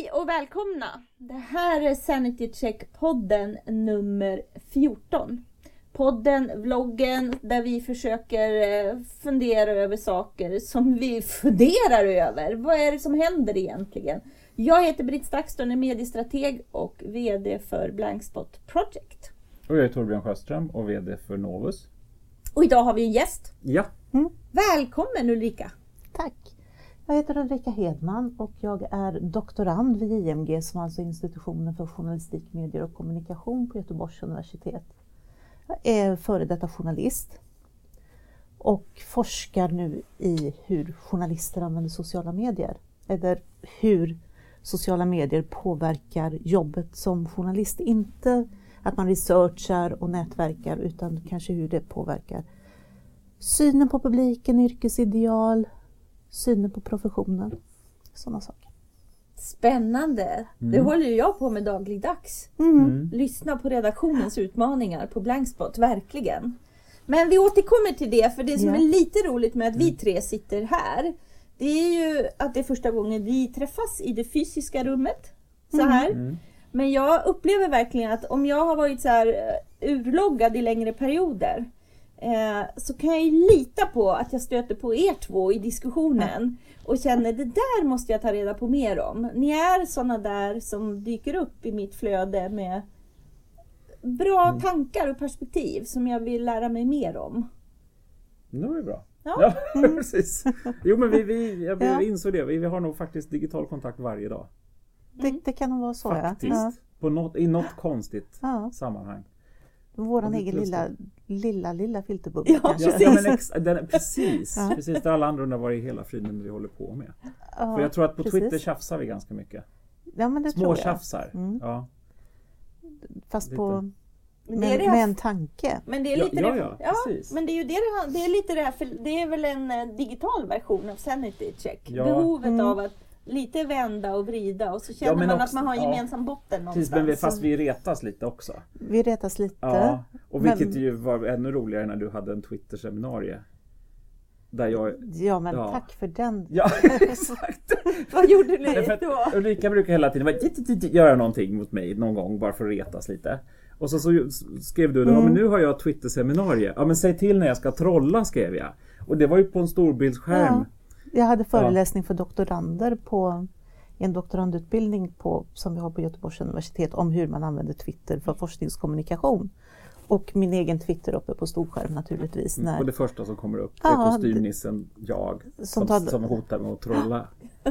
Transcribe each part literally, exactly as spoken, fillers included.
Hej och välkomna! Det här är Sanity Check-podden nummer fjorton. Podden, vloggen där vi försöker fundera över saker som vi funderar över. Vad är det som händer egentligen? Jag heter Britt Stakston, är mediestrateg och vd för Blankspot Project. Och jag är Torbjörn Sjöström och vd för Novus. Och idag har vi en gäst. Ja. Mm. Välkommen Ulrika! Tack! Jag heter Ulrika Hedman och jag är doktorand vid I M G, som alltså är institutionen för journalistik, medier och kommunikation på Göteborgs universitet. Jag är före detta journalist och forskar nu i hur journalister använder sociala medier. Eller hur sociala medier påverkar jobbet som journalist. Inte att man researchar och nätverkar, utan kanske hur det påverkar synen på publiken, yrkesideal, synen på professionen, sådana saker. Spännande! Mm. Det håller ju jag på med dagligdags. Mm. Lyssna på redaktionens utmaningar på Blankspot, verkligen. Men vi återkommer till det, för det som yeah. är lite roligt med att vi tre sitter här, det är ju att det är första gången vi träffas i det fysiska rummet. Så här. Mm. Men jag upplever verkligen att om jag har varit så här urloggad i längre perioder, Eh, så kan jag ju lita på att jag stöter på er två i diskussionen och känner det där måste jag ta reda på mer om. Ni är sådana där som dyker upp i mitt flöde med bra mm. tankar och perspektiv som jag vill lära mig mer om. Det är bra. Ja, ja mm. precis. Jo, men vi, vi, jag ja. insåg det. Vi, vi har nog faktiskt digital kontakt varje dag. Det, det kan nog vara så. Faktiskt. Ja. På något, i något konstigt ja. sammanhang. Våran egen lilla, lilla, lilla filterbubbla. Ja, ja, ja, men ex, den, precis. Ja. Precis där alla andra undrar vad i hela friden vi håller på med. Ja, för jag tror att på precis. Twitter tjafsar vi ganska mycket. Ja, men det Små tror jag. tjafsar. Mm. Ja. Fast lite. på men med, med en tanke. Men det är lite ja, det, ja, ja, precis. men det är ju det det, det är lite det här, för det är väl en digital version av Sanity Check. Ja. Behovet mm. av att lite vända och vrida och så känner ja, man också, att man har en gemensam ja. botten någonstans. Precis, men vi, fast vi retas lite också. Vi retas lite. Ja, och vilket men, ju var ännu roligare när du hade en Twitter-seminarie. Där jag, ja, men ja. tack för den. Ja, exakt. Vad gjorde ni då? Ulrika brukar hela tiden bara, göra någonting mot mig någon gång bara för att retas lite. Och så, så skrev du, mm. ja, men nu har jag Twitter-seminarie. Ja, men säg till när jag ska trolla, skrev jag. Och det var ju på en storbildsskärm. Ja. Jag hade föreläsning ja. för doktorander på en doktorandutbildning på, som vi har på Göteborgs universitet, om hur man använder Twitter för forskningskommunikation. Och min egen Twitter uppe på storskärm naturligtvis. Mm. När... Och det första som kommer upp ja, är kostymnissen jag som, som, tar... som hotar med att trolla.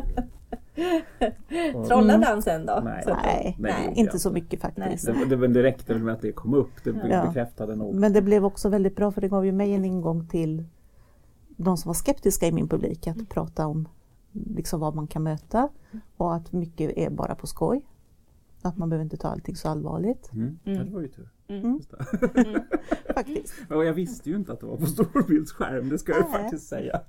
Och... Trollade han sen då? Nej, så nej, nej inte så mycket faktiskt. Det, det, det räckte väl med att det kom upp, det ja. bekräftade nog. Men det blev också väldigt bra, för det gav ju mig en ingång till de som var skeptiska i min publik att mm. prata om liksom vad man kan möta och att mycket är bara på skoj. Att man behöver inte ta allting så allvarligt. Mm. Mm. Ja, det var ju tur. Mm. Mm. Faktiskt. Och jag visste ju inte att det var på storbildsskärm, det ska jag Nej. faktiskt säga.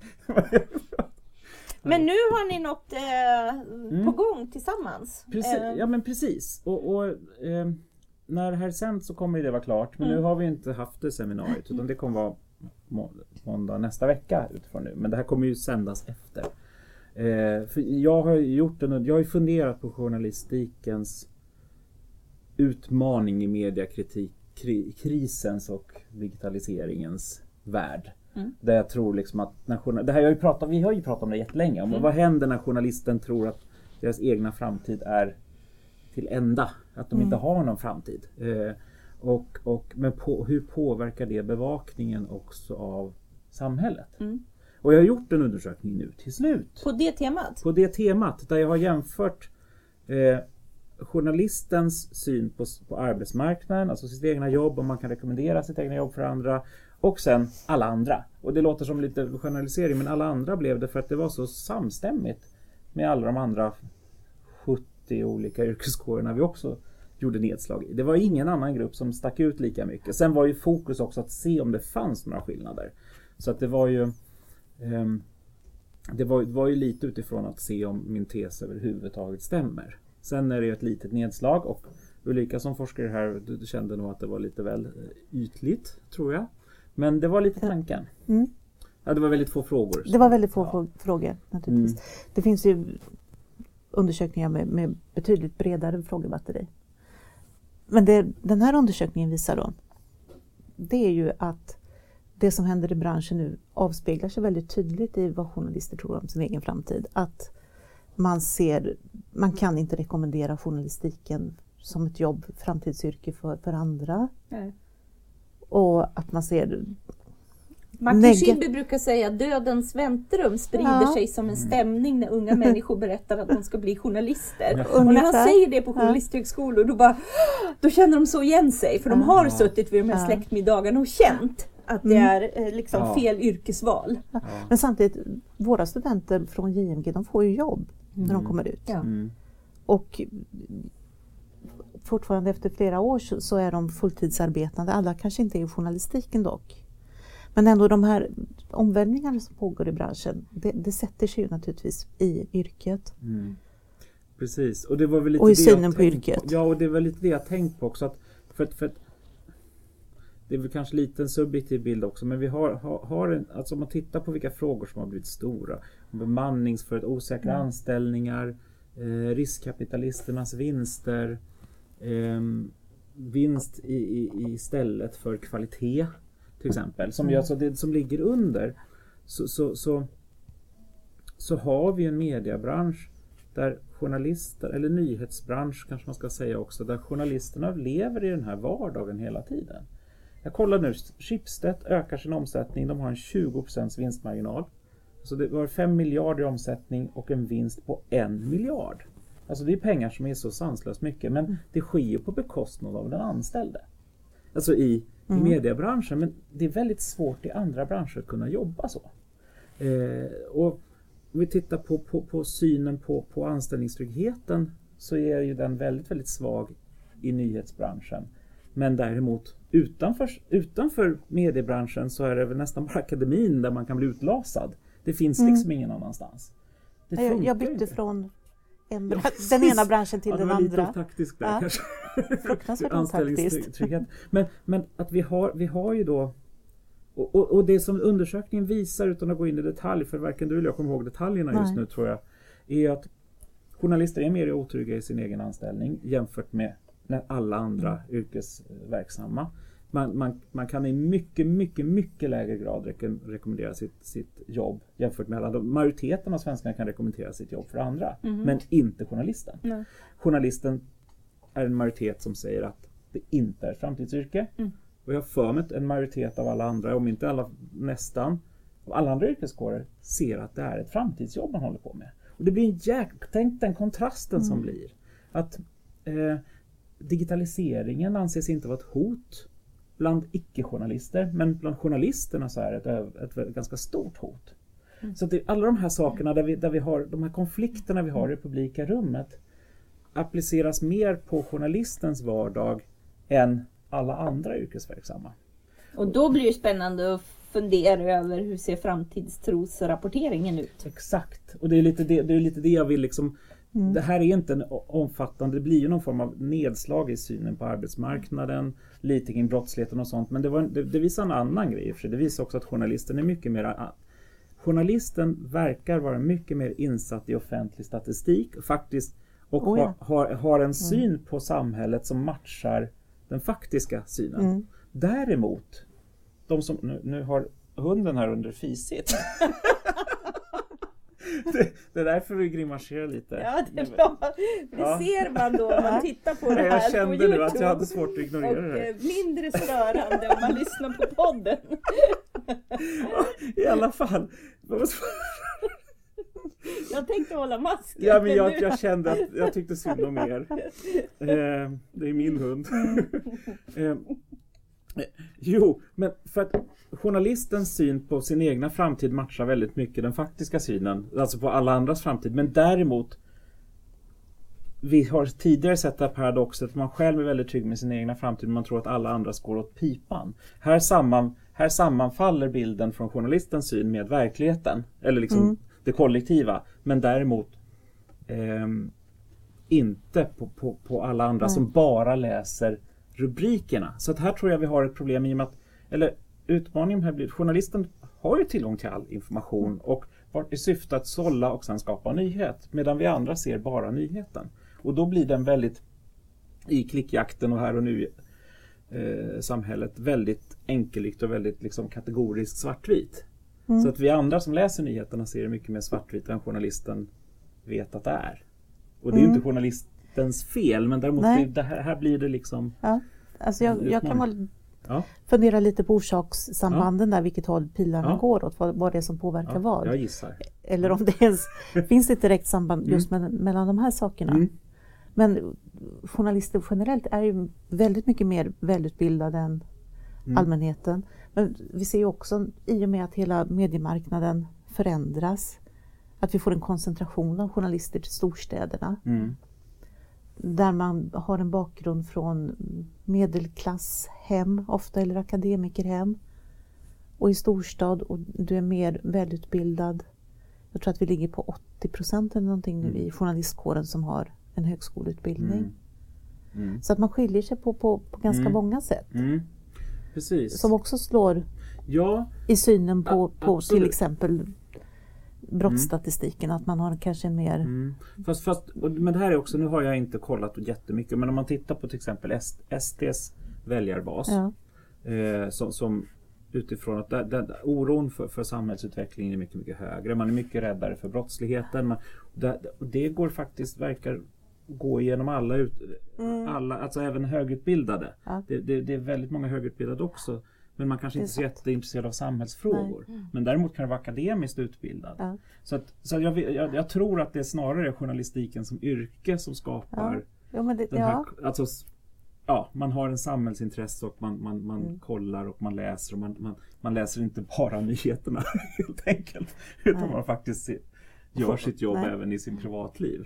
Men nu har ni något eh, mm. på gång tillsammans. Precis. Eh. Ja, men precis. Och, och eh, när det här sänds så kommer det vara klart. Men mm. nu har vi inte haft det seminariet, utan det kommer vara må- måndag nästa vecka utifrån nu. Men det här kommer ju sändas efter. Eh, för jag har gjort en, jag har ju funderat på journalistikens utmaning i mediekritik, kri, krisens och digitaliseringens värld. Mm. Där jag tror liksom att när, det här har ju pratat, vi har ju pratat om det jättelänge om mm. vad händer när journalisten tror att deras egna framtid är till ända, att de mm. inte har någon framtid. Eh, och, och, men på, hur påverkar det bevakningen också av samhället? Mm. Och jag har gjort en undersökning nu till slut. På det temat? På det temat, där jag har jämfört eh, journalistens syn på, på arbetsmarknaden, alltså sitt egna jobb, om man kan rekommendera sitt egna jobb för andra, och sen alla andra. Och det låter som lite generalisering, men alla andra blev det för att det var så samstämmigt med alla de andra sjuttio olika yrkeskårerna vi också gjorde nedslag i. Det var ingen annan grupp som stack ut lika mycket. Sen var ju fokus också att se om det fanns några skillnader. Så att det var ju um, det var, var ju lite utifrån att se om min tes överhuvudtaget stämmer. Sen är det ju ett litet nedslag, och Ulrika som forskare här, du, du kände nog att det var lite väl ytligt, tror jag. Men det var lite tanken. Mm. Ja, det var väldigt få frågor. Det var väldigt få ja. frågor, naturligtvis. Mm. Det finns ju undersökningar med, med betydligt bredare frågebatteri. Men det den här undersökningen visar då, det är ju att det som händer i branschen nu avspeglar sig väldigt tydligt i vad journalister tror om sin egen framtid. Att man ser, man kan inte rekommendera journalistiken som ett jobb, framtidsyrke för, för andra. Nej. Och att man ser... Martin Schibbye brukar säga att dödens väntrum sprider ja. sig som en stämning när unga människor berättar att de ska bli journalister. Ja. Och när han säger det på journalisthögskolor, då, bara, då känner de så igen sig. För de har ja. suttit vid de här släktmiddagarna och känt att det är liksom ja. fel yrkesval. Ja. Men samtidigt, våra studenter från J M G, de får ju jobb mm. när de kommer ut. Ja. Mm. Och fortfarande efter flera år så är de fulltidsarbetande. Alla kanske inte är i journalistiken dock. Men ändå de här omvälvningarna som pågår i branschen, det, det sätter sig ju naturligtvis i yrket. Mm. Precis, och det var väl lite och i det synen på yrket. På. Ja, och det var lite det jag tänkt på också. Att för, att, för att, det är väl kanske lite en subjektiv bild också, men vi har, har, har en, alltså om man tittar på vilka frågor som har blivit stora. Bemanningsföretag, osäkra mm. anställningar, eh, riskkapitalisternas vinster, eh, vinst i, i, i stället för kvalitet. Till exempel, som, alltså det som ligger under så, så, så, så har vi en mediebransch där journalister, eller nyhetsbransch kanske man ska säga också, där journalisterna lever i den här vardagen hela tiden. Jag kollar nu, Schibsted ökar sin omsättning, de har en tjugo procent vinstmarginal. Så det var fem miljarder i omsättning och en vinst på en miljard. Alltså det är pengar som är så sanslöst mycket, men det sker på bekostnad av den anställde. Alltså i Mm. i mediebranschen, men det är väldigt svårt i andra branscher att kunna jobba så. Eh, och om vi tittar på, på, på synen på, på anställningstryggheten, så är ju den väldigt, väldigt svag i nyhetsbranschen. Men däremot utanför, utanför mediebranschen så är det väl nästan bara akademin där man kan bli utlasad. Det finns liksom mm. ingen annanstans. Det jag, jag bytte inte. från en, ja, den ena branschen till ja, den andra. Det var lite taktiskt där ja. kanske. Fruktansvärt otaktiskt. Men, men att vi har, vi har ju då, och, och, och det som undersökningen visar, utan att gå in i detalj, för varken du eller jag kommer ihåg detaljerna just Nej. nu tror jag, är att journalister är mer otrygga i sin egen anställning jämfört med när alla andra mm. yrkesverksamma. Man, man, man kan i mycket, mycket, mycket lägre grad rek- rekommendera sitt, sitt jobb jämfört med alla. Majoriteten av svenskarna kan rekommendera sitt jobb för andra, mm. men inte journalisten. Nej. Journalisten är en majoritet som säger att det inte är ett framtidsyrke. Mm. Och jag har för mig att en majoritet av alla andra, om inte alla, nästan, av alla andra yrkeskårer ser att det är ett framtidsjobb man håller på med. Och det blir en jäk... Tänk den kontrasten mm. som blir. Att eh, digitaliseringen anses inte vara ett hot bland icke-journalister, men bland journalisterna så är det ett, ett, ett ganska stort hot. Mm. Så att det, alla de här sakerna där vi, där vi har, de här konflikterna vi har i det publika rummet appliceras mer på journalistens vardag än alla andra yrkesverksamma. Och då blir det spännande att fundera över hur ser framtidstrosrapporteringen ut. Exakt, och det är lite det, det, är lite det jag vill liksom. Mm. Det här är inte en omfattande, det blir ju någon form av nedslag i synen på arbetsmarknaden, lite kring brottsligheten och sånt, men det, var, det, det visar en annan grej. För det visar också att journalisten är mycket mer, journalisten verkar vara mycket mer insatt i offentlig statistik och faktiskt och oh ja. har, har, har en syn mm. på samhället som matchar den faktiska synen. Mm. Däremot, de som, nu, nu har hunden här under fisit. Det, det är därför vi grimaserar lite. Ja, det är bra. Det ja. ser man då om man tittar på det här. Jag kände på nu att jag hade svårt att ignorera och det. Och mindre störande om man lyssnar på podden. Ja, i alla fall. Jag tänkte hålla masken. Ja, men jag, jag kände att jag tyckte synd om er. Eh, det är min hund. eh, Jo, men för att journalistens syn på sin egna framtid matchar väldigt mycket den faktiska synen, alltså på alla andras framtid. Men däremot, vi har tidigare sett det här paradoxet att man själv är väldigt trygg med sin egna framtid, men man tror att alla andra går åt pipan. Här, samman, här sammanfaller bilden från journalistens syn med verkligheten, eller liksom mm. det kollektiva, men däremot eh, inte på, på, på alla andra mm. som bara läser rubrikerna. Så att här tror jag vi har ett problem i och med att, eller utmaningen här blir, journalisten har ju tillgång till all information och vart i syfte att sålla och sen skapa nyhet. Medan vi andra ser bara nyheten. Och då blir den väldigt, i klickjakten och här och nu eh, samhället, väldigt enkelt och väldigt liksom, kategoriskt svartvit. Mm. Så att vi andra som läser nyheterna ser det mycket mer svartvitt än journalisten vet att det är. Och det är mm. inte journalistens fel, men däremot det, det här, här blir det liksom... Ja. Alltså jag, jag kan väl ja. fundera lite på orsakssambanden ja. där, vilket håll pilarna ja. går åt, vad, vad det är som påverkar ja, vad. Jag gissar. Eller om det ens finns ett direkt samband just med, mellan de här sakerna. Mm. Men journalister generellt är ju väldigt mycket mer välutbildade än mm. allmänheten. Men vi ser ju också, i och med att hela mediemarknaden förändras, att vi får en koncentration av journalister till storstäderna. Mm. Där man har en bakgrund från medelklasshem, ofta, eller akademikerhem. Och i storstad, och du är mer välutbildad. Jag tror att vi ligger på åttio procent eller någonting nu mm. i journalistkåren som har en högskoleutbildning. Mm. Mm. Så att man skiljer sig på, på, på ganska mm. många sätt. Mm. Precis. Som också slår ja. i synen på, A- på till exempel brottsstatistiken, mm. att man har kanske en mer... Mm. Fast, fast, men det här är också, nu har jag inte kollat jättemycket, men om man tittar på till exempel S D:s väljarbas ja. eh, som, som utifrån att där, där, oron för, för samhällsutvecklingen är mycket, mycket högre. Man är mycket räddare för brottsligheten. Man, där, det går faktiskt, verkar gå igenom alla, ut, mm. alla alltså även högutbildade. Ja. Det, det, det är väldigt många högutbildade också. Men man kanske inte är så jätteintresserad av samhällsfrågor. Mm. Men däremot kan det vara akademiskt utbildad. Ja. Så, att, så att jag, jag, jag tror att det är snarare journalistiken som yrke som skapar ja. Jo, men det, den här... Ja. Alltså, ja, man har en samhällsintresse och man, man, man mm. kollar och man läser. Och man, man, man läser inte bara nyheterna helt enkelt. Utan Nej. man faktiskt se, gör sitt jobb Nej. även i sin privatliv.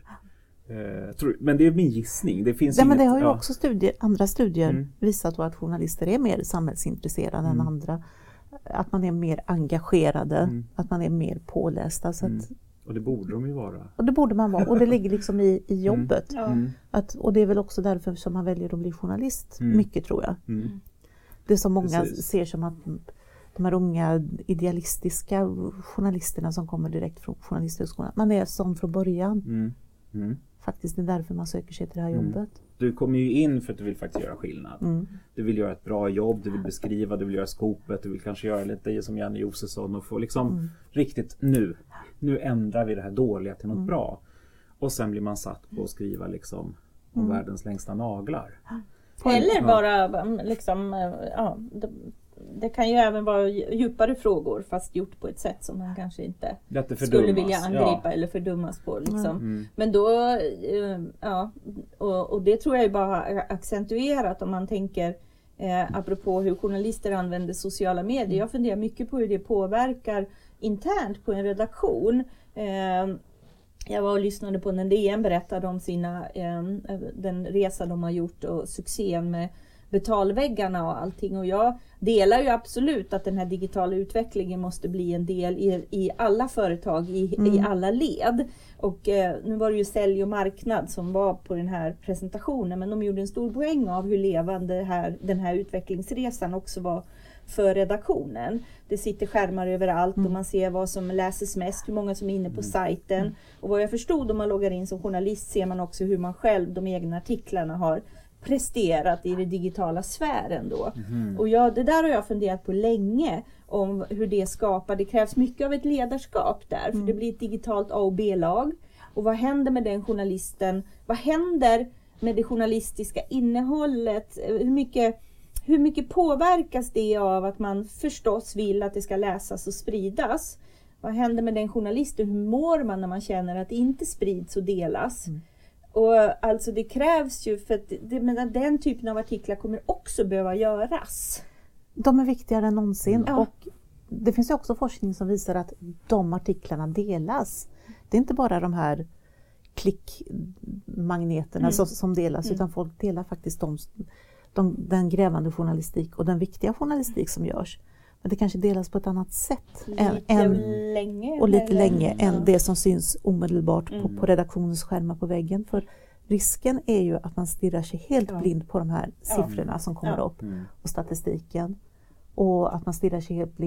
Uh, tror, men det är min gissning. Det finns ja, inget, men det har ju ja. också studier, andra studier mm. visat att journalister är mer samhällsintresserade mm. än andra. Att man är mer engagerade, mm. att man är mer pålästa. Så att, mm. Och det borde de ju vara. Och det borde man vara. Och det ligger liksom i, i jobbet. Mm. Mm. Att, och det är väl också därför som man väljer att bli journalist. Mm. Mycket tror jag. Mm. Det som många Precis. ser som att de här unga idealistiska journalisterna som kommer direkt från journalisthögskolan. Man är sån från början. Mm. Mm. Faktiskt det är därför man söker sig till det här mm. jobbet. Du kommer ju in för att du vill faktiskt göra skillnad. Mm. Du vill göra ett bra jobb, du vill beskriva, du vill göra skopet, du vill kanske göra lite som Janne Josefsson och få liksom mm. riktigt nu. Nu ändrar vi det här dåliga till något mm. bra. Och sen blir man satt på att skriva liksom om mm. världens längsta naglar. Eller ja. bara liksom, ja, det, det kan ju även vara djupare frågor fast gjort på ett sätt som man kanske inte skulle vilja angripa ja. eller fördummas på. Liksom. Mm. Men då, ja, och, och det tror jag ju bara har accentuerat om man tänker eh, apropå hur journalister använder sociala medier. Jag funderar mycket på hur det påverkar internt på en redaktion. Eh, jag var och lyssnade på när D N berättade om sina, eh, den resa de har gjort och succén med betalväggarna och allting. Och jag delar ju absolut att den här digitala utvecklingen måste bli en del i, i alla företag, i, mm. i alla led. Och eh, nu var det ju sälj och marknad som var på den här presentationen. Men de gjorde en stor poäng av hur levande här, den här utvecklingsresan också var för redaktionen. Det sitter skärmar överallt mm. och man ser vad som läses mest, hur många som är inne på mm. sajten. Mm. Och vad jag förstod om man loggar in som journalist ser man också hur man själv, de egna artiklarna har presterat i den digitala sfären då. Mm. Och jag, det där har jag funderat på länge om hur det skapar. Det krävs mycket av ett ledarskap där. För mm. det blir ett digitalt A och B-lag. Och vad händer med den journalisten? Vad händer med det journalistiska innehållet? Hur mycket, hur mycket påverkas det av att man förstås vill att det ska läsas och spridas? Vad händer med den journalisten? Hur mår man när man känner att det inte sprids och delas? Mm. Och alltså det krävs ju för att det, men den typen av artiklar kommer också behöva göras. De är viktigare än någonsin ja. och det finns ju också forskning som visar att de artiklarna delas. Det är inte bara de här klickmagneterna mm. som, som delas mm. utan folk delar faktiskt de, de, den grävande journalistik och den viktiga journalistik som görs. Men det kanske delas på ett annat sätt lite än, länge, och lite länge ja. än det som syns omedelbart mm. på, på redaktionens skärmar på väggen. För risken är ju att man stirrar sig helt ja. blind på de här siffrorna ja. som kommer ja. upp och statistiken. Och att man stirrar sig helt blind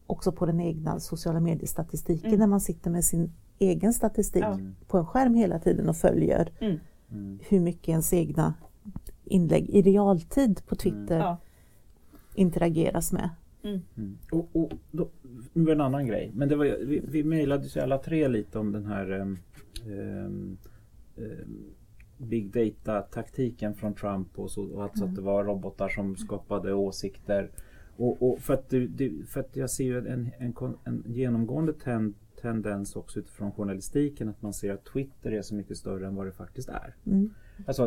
också på den egna sociala mediestatistiken Mm. när man sitter med sin egen statistik Ja. på en skärm hela tiden och följer Mm. Mm. hur mycket ens egna inlägg i realtid på Twitter Ja. interageras med. Mm. Mm. Och, och då, nu var det en annan grej. Men det var, vi, vi mejlade ju alla tre lite om den här um, um, um, big data-taktiken från Trump och, så, och alltså Mm. att det var robotar som skapade åsikter. Och, och för, att det, det, för att jag ser ju en, en, en genomgående ten, tendens också utifrån journalistiken att man ser att Twitter är så mycket större än vad det faktiskt är. Mm. Alltså,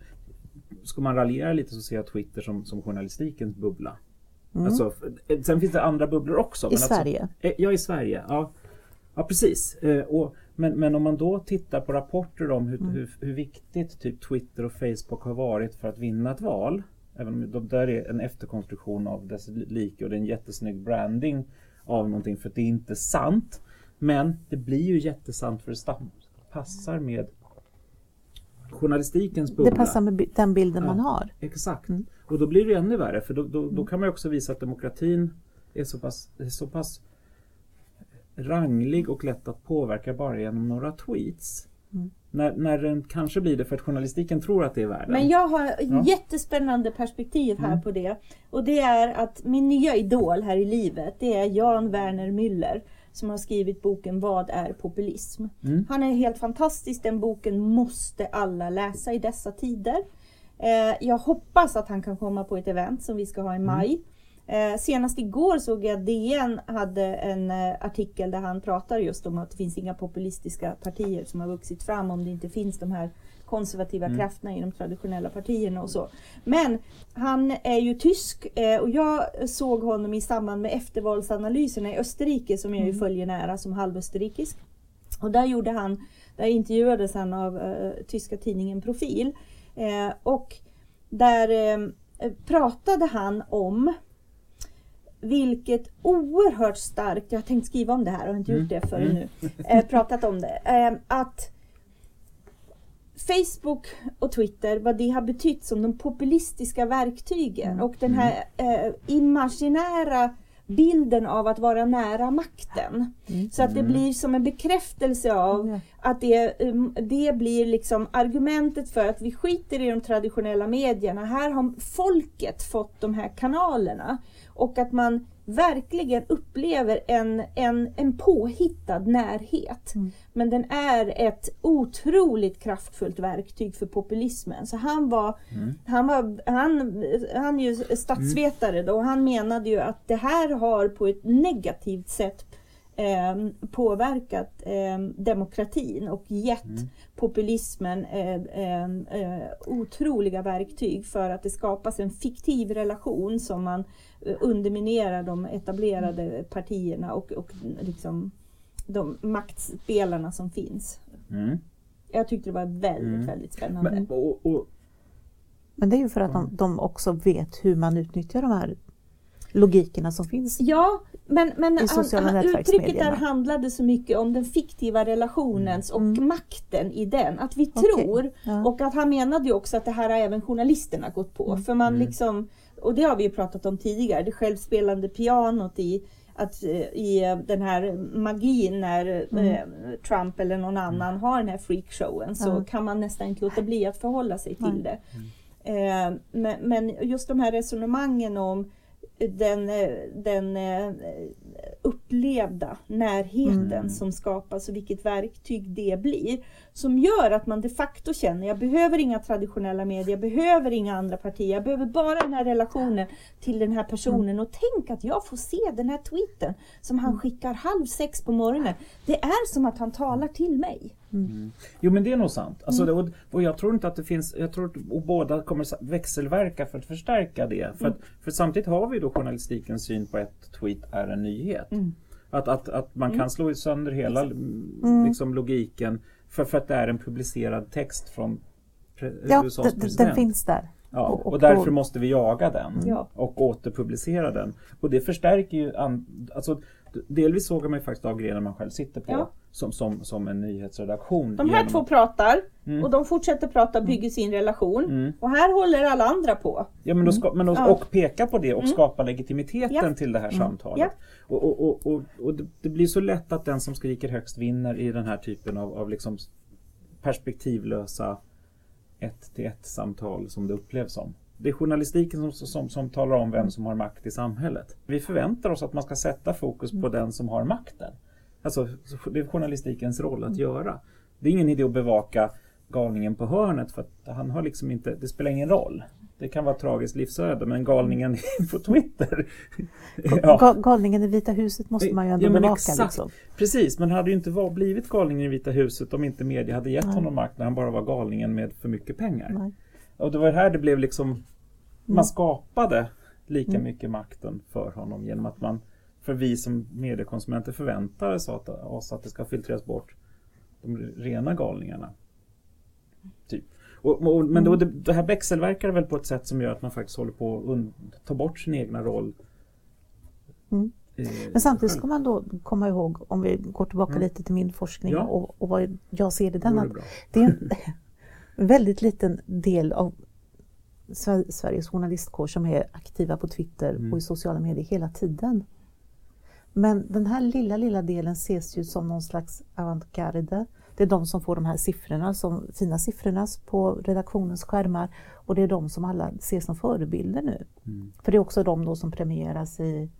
ska man raljera lite så ser jag Twitter som, som journalistikens bubbla. Mm. Alltså, sen finns det andra bubblor också. I men Sverige? Alltså, ja, i Sverige. Ja, ja precis. Eh, och, men, men om man då tittar på rapporter om hur, Mm. hur, hur viktigt typ Twitter och Facebook har varit för att vinna ett val. Även om de där är en efterkonstruktion av dess like och det är en jättesnygg branding av någonting för att det är inte sant. Men det blir ju jättesant för det passar med journalistikens bubbla. Det passar med bi- den bilden Ja. man har. Exakt. Mm. Och då blir det ännu värre för då, då, då kan man också visa att demokratin är så pass, är så pass ranglig och lätt att påverka bara genom några tweets. Mm. När, när den kanske blir det för att journalistiken tror att det är världen. Men jag har ett Ja. jättespännande perspektiv här Mm. på det. Och det är att min nya idol här i livet, det är Jan Werner Müller som har skrivit boken Vad är populism? Mm. Han är helt fantastisk. Den boken måste alla läsa i dessa tider. Eh, jag hoppas att han kan komma på ett event som vi ska ha i maj. Eh, senast igår såg jag D N hade en eh, artikel där han pratar just om att det finns inga populistiska partier som har vuxit fram om det inte finns de här konservativa Mm. krafterna i de traditionella partierna och så. Men han är ju tysk eh, och jag såg honom i samband med eftervalsanalyserna i Österrike som jag ju Mm. följer nära som halvösterrikisk. Och där gjorde han, där intervjuades han av eh, tyska tidningen Profil. Eh, och där eh, pratade han om vilket oerhört starkt, jag har tänkt skriva om det här och har inte gjort det förrän Mm. nu, eh, pratat om det, eh, att Facebook och Twitter, vad det har betytt som de populistiska verktygen Mm. och den här eh, imaginära bilden av att vara nära makten. Mm. Så att det Mm. blir som en bekräftelse av Ja. att det, um, det blir liksom argumentet för att vi skiter i de traditionella medierna. Här har folket fått de här kanalerna. Och att man verkligen upplever en, en, en påhittad närhet. Mm. Men den är ett otroligt kraftfullt verktyg för populismen. Så han var, Mm. han var han, han är ju statsvetare då, och han menade ju att det här har på ett negativt sätt eh, påverkat eh, demokratin och gett Mm. populismen eh, eh, eh, otroliga verktyg för att det skapas en fiktiv relation som man eh, underminerar de etablerade partierna och, och liksom de maktspelarna som finns. Mm. Jag tyckte det var väldigt, Mm. väldigt spännande. Men, och, och, Men det är ju för att de, de också vet hur man utnyttjar de här logikerna som finns. Ja, men, men I sociala han, han, uttrycket nätverksmedierna. där handlade så mycket om den fiktiva relationens och Mm. makten i den. Att vi Okej, tror, ja. och att han menade ju också att det här har även journalisterna gått på. Mm. För man Mm. liksom, och det har vi ju pratat om tidigare, det självspelande pianot i att eh, i eh, den här magin när Mm. eh, Trump eller någon annan har den här freakshowen, så Ja. kan man nästan inte låta bli att förhålla sig till Nej. det. Eh, men, men just de här resonemangen om den, eh, den eh, upplevda närheten Mm. som skapas och vilket verktyg det blir, som gör att man de facto känner, jag behöver inga traditionella medier, jag behöver inga andra partier, jag behöver bara den här relationen till den här personen. Mm. Och tänk att jag får se den här tweeten som han skickar halv sex på morgonen. Det är som att han talar till mig. Mm. Jo, men det är nog sant. Alltså, det, och, och jag tror inte att det finns, jag tror att och båda kommer sa- växelverka för att förstärka det. För, att, för samtidigt har vi då journalistikens syn på ett tweet är en nyhet. Mm. Att, att, att man Mm. kan slå sönder hela Mm. liksom, logiken för, för att det är en publicerad text från pre, Ja, U S A:s den, den president. finns där. Ja, Och- och, och därför då- måste vi jaga den Ja. och återpublicera den. Och det förstärker ju, an, alltså delvis sågar man ju faktiskt av grenen man själv sitter på Ja. som, som, som en nyhetsredaktion. De här genom två att- pratar Mm. och de fortsätter prata och bygger sin relation. Mm. Och här håller alla andra på. Ja, men, då ska, men då, Ja. och peka på det och Mm. skapa legitimiteten Ja. till det här samtalet. Ja. Och, och, och, och, och det, det blir så lätt att den som skriker högst vinner i den här typen av, av liksom perspektivlösa ett till ett samtal som det upplevs som. Det är journalistiken som, som, som talar om vem som har makt i samhället. Vi förväntar oss att man ska sätta fokus på den som har makten. Alltså, så det är journalistikens roll att göra. Det är ingen idé att bevaka galningen på hörnet för att han har liksom inte, det spelar ingen roll. Det kan vara ett tragiskt livsöde, men galningen på Twitter. Ga- Galningen i Vita huset måste man ju ändå Ja, men bevaka. exakt. Liksom. Precis, men hade ju inte var, blivit galningen i Vita huset om inte media hade gett Nej. honom makt när han bara var galningen med för mycket pengar. Nej. Och det var här det blev liksom, Mm. man skapade lika Mm. mycket makten för honom genom att man, för vi som mediekonsumenter förväntar oss att, oss att det ska filtreras bort de rena galningarna. Typ. Och, och, men då, det, det här växelverkar väl på ett sätt som gör att man faktiskt håller på att und- ta bort sin egna roll. Mm. eh, Men samtidigt själv. ska man då komma ihåg, om vi går tillbaka Mm. lite till min forskning Ja. och, och vad jag ser i Det den, vore att bra. det är en väldigt liten del av Sver- Sveriges journalistkår som är aktiva på Twitter Mm. och i sociala medier hela tiden. Men den här lilla, lilla delen ses ju som någon slags avantgarde. Det är de som får de här siffrorna, som, fina siffrorna på redaktionens skärmar, och det är de som alla ser som förebilder nu. Mm. För det är också de då som premieras i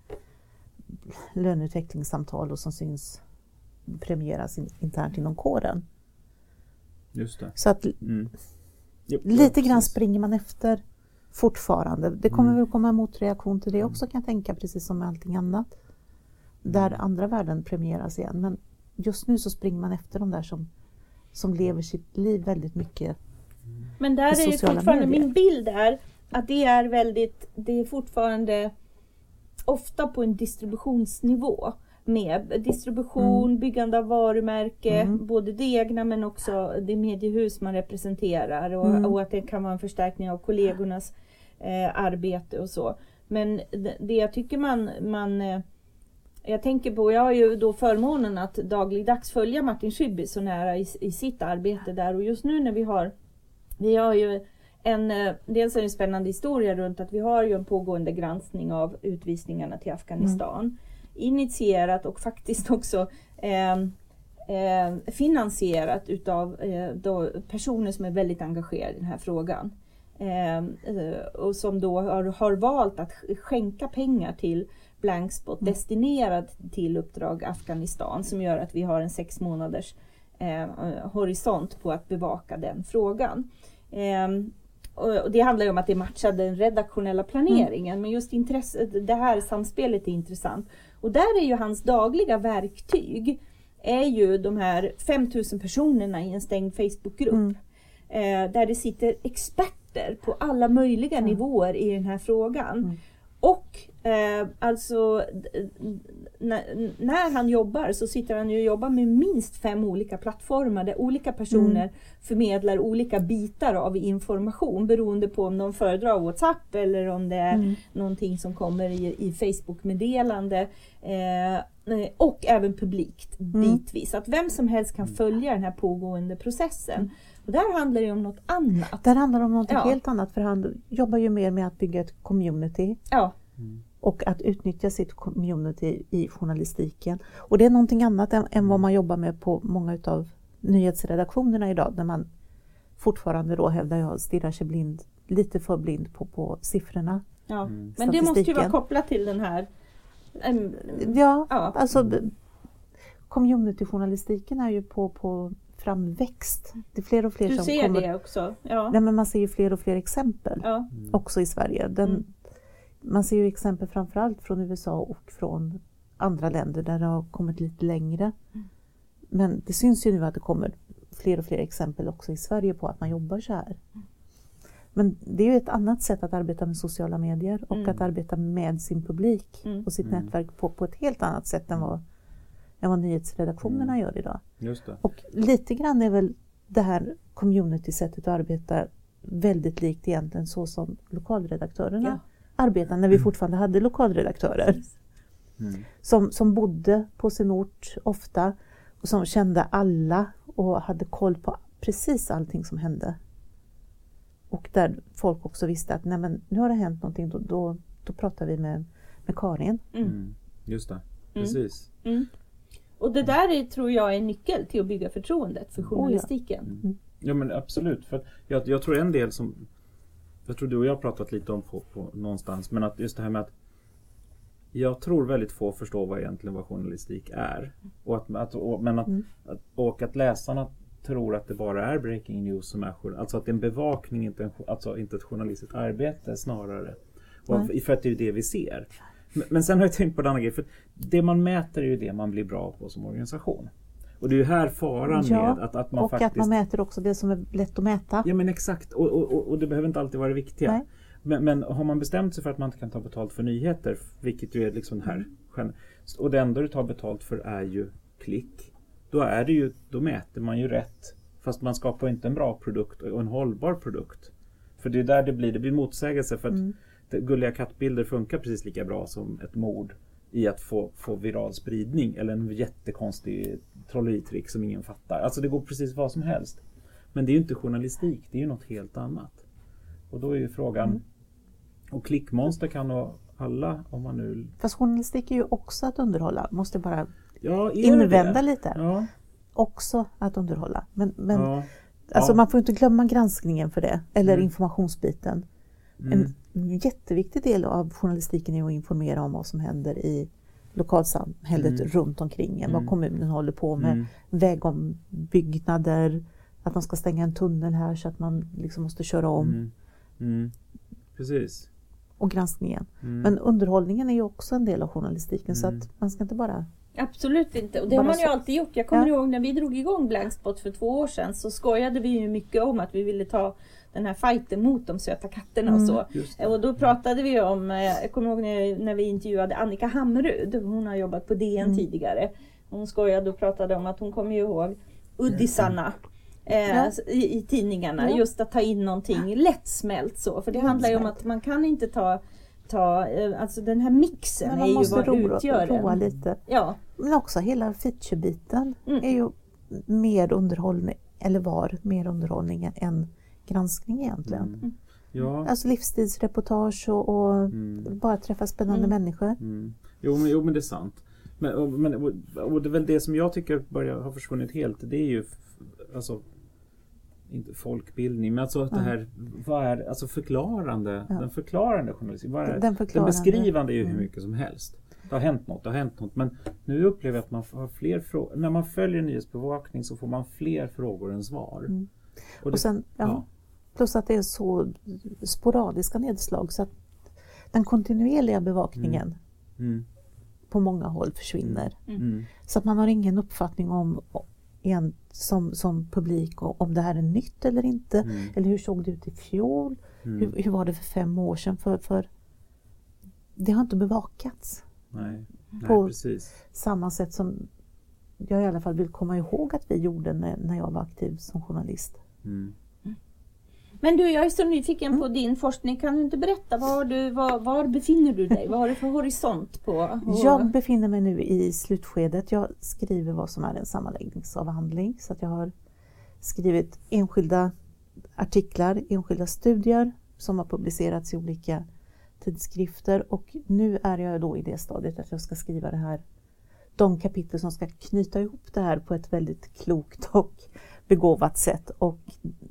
löneutvecklingssamtal och som syns premieras in, internt inom kåren. Just det. Så att Mm. Jo, ja, lite grann precis. springer man efter fortfarande. Det kommer Mm. väl komma en motreaktion till det också, kan jag tänka, precis som med allting annat. Där Mm. andra värden premieras igen. Men just nu så springer man efter de där som, som lever sitt liv väldigt mycket. Men där I är ju sociala fortfarande, medier. min bild är att det är väldigt, det är fortfarande ofta på en distributionsnivå. Med distribution, byggande av varumärke, Mm. både det egna men också det mediehus man representerar. Och, Mm. och att det kan vara en förstärkning av kollegornas eh, arbete och så. Men det, det jag tycker man, man eh, jag tänker på, jag har ju då förmånen att dagligdags följa Martin Schibbye så nära i, i sitt arbete där. Och just nu när vi har, vi har ju en, eh, dels är det en spännande historia runt att vi har ju en pågående granskning av utvisningarna till Afghanistan. Mm. Initierat och faktiskt också eh, eh, finansierat utav eh, då personer som är väldigt engagerade i den här frågan. Eh, och som då har, har valt att skänka pengar till Blankspot, mm. destinerad till uppdrag Afghanistan, som gör att vi har en sex månaders eh, horisont på att bevaka den frågan. Eh, och det handlar ju om att det matchar den redaktionella planeringen, mm. men just intresset, det här samspelet är intressant. Och där är ju hans dagliga verktyg är ju de här fem tusen personerna i en stängd Facebookgrupp. Mm. Eh, där det sitter experter på alla möjliga mm. nivåer i den här frågan. Mm. Och eh, alltså när, när han jobbar så sitter han ju och jobbar med minst fem olika plattformar där olika personer mm. förmedlar olika bitar av information beroende på om de föredrar WhatsApp eller om det är mm. någonting som kommer i, i Facebook-meddelande eh, och även publikt mm. bitvis. Att vem som helst kan följa den här pågående processen. Mm. Och där handlar det om något annat. Där handlar det om något ja. helt annat, för han jobbar ju mer med att bygga ett community. Ja. Mm. Och att utnyttja sitt community i journalistiken. Och det är någonting annat än, än vad man jobbar med på många av nyhetsredaktionerna idag. Där man fortfarande då, hävdar jag, stirrar sig blind, lite för blind på, på siffrorna. Ja. Mm. Men det måste ju vara kopplat till den här... Um, ja, ja, alltså communityjournalistiken är ju på... på framväxt. Det är fler och fler du som ser kommer. Det också. Ja. Nej, men man ser ju fler och fler exempel ja. mm. också i Sverige. Den, mm. Man ser ju exempel framförallt från U S A och från andra länder där det har kommit lite längre. Mm. Men det syns ju nu att det kommer fler och fler exempel också i Sverige på att man jobbar så här. Mm. Men det är ju ett annat sätt att arbeta med sociala medier och mm. att arbeta med sin publik mm. och sitt mm. nätverk på, på ett helt annat sätt än vad än vad nyhetsredaktionerna mm. gör idag. Just det. Och lite grann är väl det här community-sättet att arbeta väldigt likt egentligen så som lokalredaktörerna ja. arbetar när vi fortfarande hade lokalredaktörer. Mm. Som, som bodde på sin ort ofta och som kände alla och hade koll på precis allting som hände. Och där folk också visste att nej, men nu har det hänt någonting, då, då, då pratar vi med, med Karin. Mm. Mm. Just det, precis. Mm. Mm. Och det där är, tror jag är nyckel till att bygga förtroendet för journalistiken. Mm. Mm. Ja men absolut, för jag, jag tror en del som jag tror du och jag har pratat lite om på, på någonstans, men att just det här med att jag tror väldigt få förstår vad egentligen vad journalistik är. Och att, att, och, men att, mm. att, och att läsarna tror att det bara är breaking news som är journalistik. Alltså att det är en bevakning, inte, en, alltså inte ett journalistiskt arbete snarare. Och, för att det är det vi ser. Men, men sen har jag tänkt på den andra grejen. För det man mäter är ju det man blir bra på som organisation. Och det är ju här faran ja, med att, att man och faktiskt... att man mäter också det som är lätt att mäta. Ja men exakt. Och, och, och det behöver inte alltid vara det viktiga. Nej. Men, men har man bestämt sig för att man inte kan ta betalt för nyheter, vilket ju är liksom här, och det enda du tar betalt för är ju klick, då är det ju, då mäter man ju rätt, fast man skapar inte en bra produkt och en hållbar produkt. För det är där det blir, det blir motsägelse, för att mm. det, gulliga kattbilder funkar precis lika bra som ett mord i att få, få viral spridning, eller en jättekonstig trolleritrick som ingen fattar. Alltså det går precis vad som helst. Men det är ju inte journalistik, det är ju något helt annat. Och då är ju frågan, mm. och klickmonster kan nog alla, om man nu... Fast journalistik är ju också att underhålla, måste bara ja, invända det? lite. Ja. Också att underhålla. Men, men ja. alltså ja. man får inte glömma granskningen för det, eller mm. informationsbiten. Mm. En jätteviktig del av journalistiken är att informera om vad som händer i lokalsamhället mm. runt omkring en, vad mm. kommunen håller på med, mm. vägombyggnader, att de ska stänga en tunnel här så att man liksom måste köra om. Mm. Mm. Precis. Och granskningen. Mm. Men underhållningen är ju också en del av journalistiken mm. så att man ska inte bara... Absolut inte. Och det har man ju så... alltid gjort. Jag kommer ja. ihåg när vi drog igång Blankspot för två år sedan, så skojade vi ju mycket om att vi ville ta den här fighten mot de söta katterna mm. och så. Och då pratade vi om, jag kommer ihåg när, när vi intervjuade Annika Hamrud. Hon har jobbat på D N mm. tidigare. Hon skojade och pratade om att hon kommer ju ihåg uddisarna. Eh, ja. i, i tidningarna, ja. Just att ta in någonting lättsmält så, för det handlar ju om att man kan inte ta, ta eh, alltså den här mixen är ju vad ro, utgör roa lite. Ja. Men också hela featurebiten mm. är ju mer underhållning, eller var mer underhållning än granskning egentligen. Mm. Ja. Alltså livsstilsreportage och, och mm. bara träffa spännande mm. människor. Mm. Jo, men, jo men det är sant. Men, och, men, och, och det är väl det som jag tycker börjar ha försvunnit helt, det är ju alltså inte folkbildning, men alltså ja. det här, vad är, alltså förklarande, ja. den förklarande journalistiken, vad är, den, den beskrivande är ju hur mycket som helst. Det har hänt något, det har hänt något, men nu upplever jag att man får fler frågor, när man följer nyhetsbevakning så får man fler frågor än svar. Mm. Och, det, och sen, ja, ja. plus att det är så sporadiska nedslag så att den kontinuerliga bevakningen mm. Mm. på många håll försvinner. Mm. Så att man har ingen uppfattning om en, som, som publik om det här är nytt eller inte. Mm. Eller hur såg det ut i fjol? Mm. Hur, hur var det för fem år sedan? För, för det har inte bevakats. Nej, Nej på precis. Samma sätt som jag i alla fall vill komma ihåg att vi gjorde när, när jag var aktiv som journalist. Mm. Men du, jag är så nyfiken mm. på din forskning. Kan du inte berätta, var, du, var, var befinner du dig? Vad har du för horisont på? Och... Jag befinner mig nu i slutskedet. Jag skriver vad som är en sammanläggningsavhandling. Så att jag har skrivit enskilda artiklar, enskilda studier som har publicerats i olika tidskrifter. Och nu är jag då i det stadiet att jag ska skriva det här, de kapitel som ska knyta ihop det här på ett väldigt klokt och begåvat sätt. Och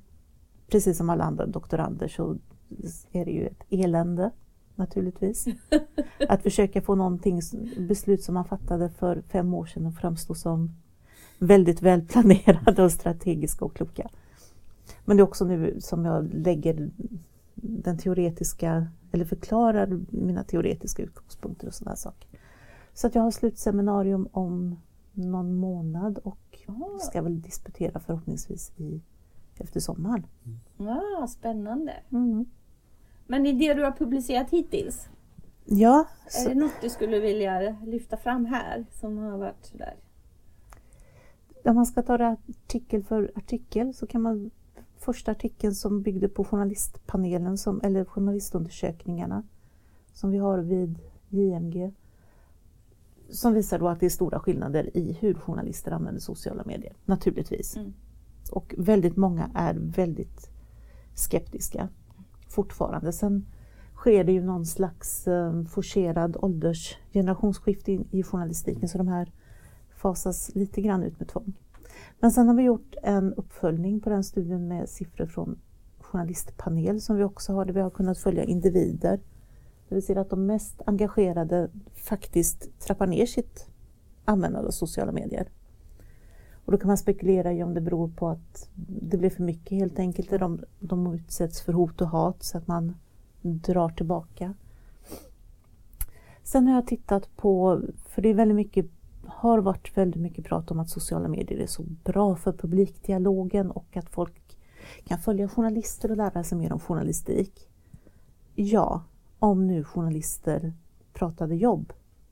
precis som alla andra doktorander så är det ju ett elände naturligtvis. Att försöka få någonting, beslut som man fattade för fem år sedan och framstå som väldigt välplanerade och strategiska och kloka. Men det är också nu som jag lägger den teoretiska, eller förklarar mina teoretiska utgångspunkter och sådana saker. Så att jag har slutseminarium om någon månad och ska väl disputera förhoppningsvis i efter sommaren. Ja, spännande. Mm. Men i det du har publicerat hittills, ja, är så... det något du skulle vilja lyfta fram här som har varit där? Om man ska ta det artikel för artikel så kan man, första artikeln som byggde på journalistpanelen som, eller journalistundersökningarna som vi har vid J M G. som visar då att det är stora skillnader i hur journalister använder sociala medier, naturligtvis. Mm. Och väldigt många är väldigt skeptiska fortfarande. Sen sker det ju någon slags eh, forcerad åldersgenerationsskifte i, i journalistiken, så de här fasas lite grann ut med tvång. Men sen har vi gjort en uppföljning på den studien med siffror från journalistpanel som vi också har, där vi har kunnat följa individer. Det vill säga att de mest engagerade faktiskt trappar ner sitt användande av sociala medier. Och då kan man spekulera i om det beror på att det blir för mycket helt enkelt. De, de utsätts för hot och hat så att man drar tillbaka. Sen har jag tittat på, för det är väldigt mycket, har varit väldigt mycket prat om att sociala medier är så bra för publikdialogen och att folk kan följa journalister och lära sig mer om journalistik. Ja, om nu journalister pratade jobb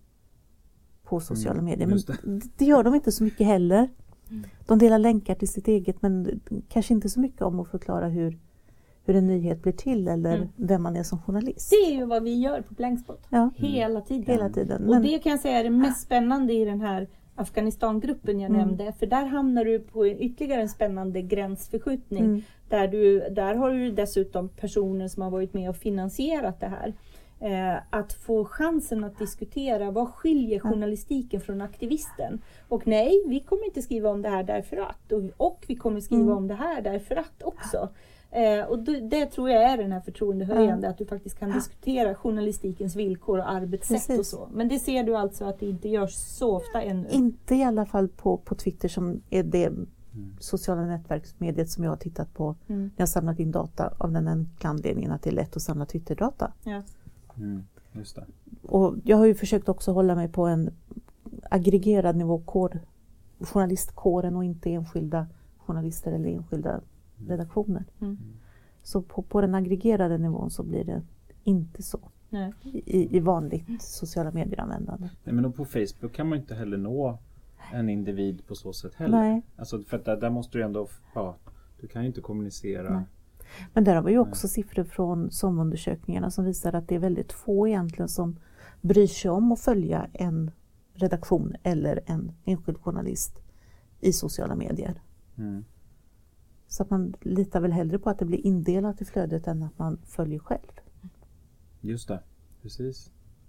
på sociala mm, medier. Men det. det gör de inte så mycket heller. De delar länkar till sitt eget, men kanske inte så mycket om att förklara hur, hur en nyhet blir till eller mm. vem man är som journalist. Det är ju vad vi gör på Blankspot. Ja. Hela tiden. Hela tiden. Men... Och det kan jag säga är det mest spännande i den här Afghanistan-gruppen jag mm. nämnde. För där hamnar du på ytterligare en spännande gränsförskjutning. Mm. Där, du, där har du dessutom personer som har varit med och finansierat det här. Eh, att få chansen att diskutera vad skiljer journalistiken från aktivisten. Och nej, vi kommer inte skriva om det här därför att. Och, och vi kommer skriva mm. om det här därför att också. Eh, och det, det tror jag är den här förtroendehöjande. Mm. Att du faktiskt kan diskutera journalistikens villkor och arbetssätt. Precis. Och så. Men det ser du alltså att det inte görs så ofta ännu. Inte i alla fall på, på Twitter som är det mm. sociala nätverksmediet som jag har tittat på. Mm. När jag har samlat in data av den enkla anledningen att det är lätt att samla Twitter-data. Ja. Mm, just det. Och jag har ju försökt också hålla mig på en aggregerad nivå, kår, journalistkåren och inte enskilda journalister eller enskilda mm. redaktioner. Mm. Så på, på den aggregerade nivån så blir det inte så. Nej. I, i vanligt sociala medieanvändande. Nej, men på Facebook kan man inte heller nå en individ på så sätt heller. Nej. Alltså för att där, där måste du ändå, ja, du kan ju inte kommunicera. Nej. Men där har vi ju också Nej. siffror från SOM-undersökningarna som visar att det är väldigt få egentligen som bryr sig om att följa en redaktion eller en enskild journalist i sociala medier. Mm. Så att man litar väl hellre på att det blir indelat i flödet än att man följer själv. Just det, precis.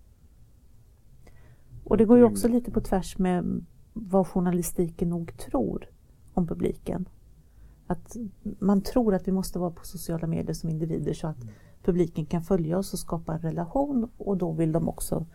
Och det går ju också lite på tvärs med vad journalistiken nog tror om publiken. Att man tror att vi måste vara på sociala medier som individer så att publiken kan följa oss och skapa en relation, och då vill de också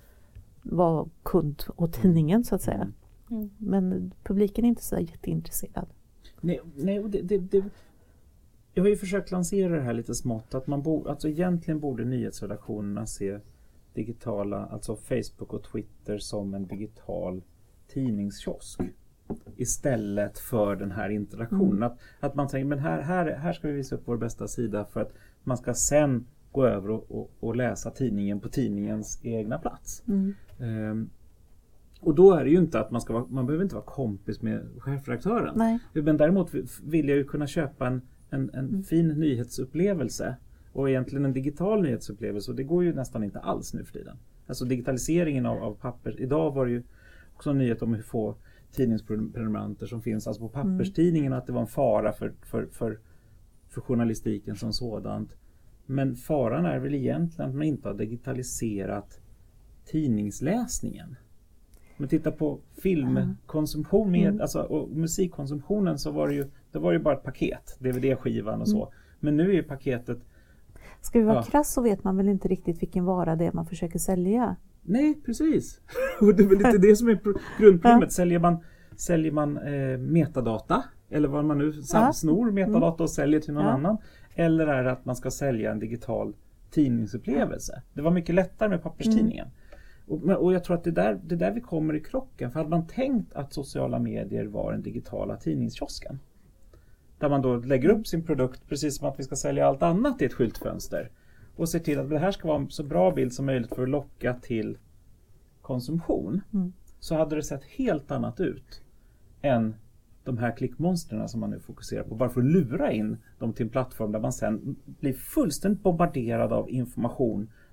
vara kund åt tidningen så att säga. Mm. Men publiken är inte så jätteintresserad. Nej, nej det, det, det, jag har ju försökt lansera det här lite smått att man bo, alltså egentligen borde nyhetsredaktionerna se digitala, alltså Facebook och Twitter som en digital tidningskiosk. Istället för den här interaktionen. Mm. Att, att man tänker, men här, här, här ska vi visa upp vår bästa sida för att man ska sen gå över och, och, och läsa tidningen på tidningens egna plats. Mm. Um, och då är det ju inte att man ska vara, man behöver inte vara kompis med chefredaktören. Nej. Men däremot vill jag ju kunna köpa en, en, en mm. fin nyhetsupplevelse och egentligen en digital nyhetsupplevelse, och det går ju nästan inte alls nu för tiden. Alltså digitaliseringen av, av papper. Idag var det ju också en nyhet om hur få tidningsprenumeranter som finns alltså på papperstidningen, mm. att det var en fara för, för, för, för journalistiken som sådant. Men faran är väl egentligen att man inte har digitaliserat tidningsläsningen. Men titta på filmkonsumtion med, mm. alltså, och musikkonsumtionen, så var det ju, det var ju bara ett paket, D V D-skivan och så. Mm. Men nu är ju paketet... Ska vi vara ja. krass så vet man väl inte riktigt vilken vara det är man försöker sälja. Nej, precis. Och det är väl lite det som är grundproblemet. Ja. Säljer man, säljer man eh, metadata, eller vad man nu ja. snor metadata mm. och säljer till någon ja. annan. Eller är det att man ska sälja en digital tidningsupplevelse? Det var mycket lättare med papperstidningen. Mm. Och, och jag tror att det där, det där vi kommer i krocken. För hade man tänkt att sociala medier var den digitala tidningskiosken, där man då lägger upp sin produkt precis som att vi ska sälja allt annat i ett skyltfönster. Och ser till att det här ska vara en så bra bild som möjligt för att locka till konsumtion. Mm. Så hade det sett helt annat ut än de här klickmonsterna som man nu fokuserar på. Bara för att lura in dem till en plattform där man sen blir fullständigt bombarderad av information